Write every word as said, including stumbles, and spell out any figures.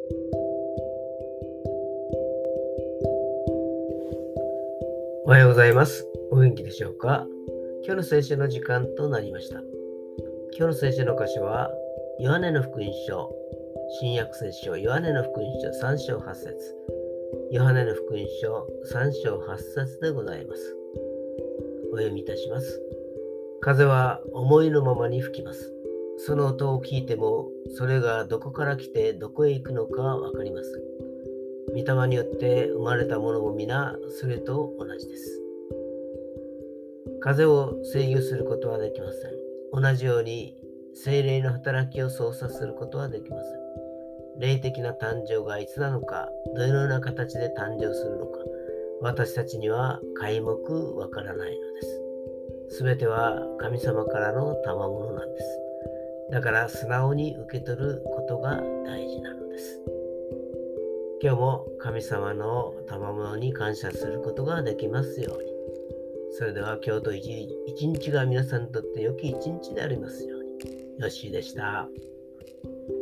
おはようございます。お元気でしょうか。今日の聖書の時間となりました。今日の聖書の箇所は、ヨハネの福音書、新約聖書、ヨハネの福音書さん章はち節、ヨハネの福音書さん章はち節でございます。お読みいたします。風は思いのままに吹きます。その音を聞いても、それがどこから来てどこへ行くのかわかりません。御霊によって生まれたものも皆それと同じです。風を制御することはできません。同じように聖霊の働きを操作することはできません。霊的な誕生がいつなのか、どのような形で誕生するのか、私たちには皆目わからないのです。すべては神様からの賜物なんです。だから素直に受け取ることが大事なのです。今日も神様の賜物に感謝することができますように。それでは今日と一日が皆さんにとって良き一日でありますように。よっしーでした。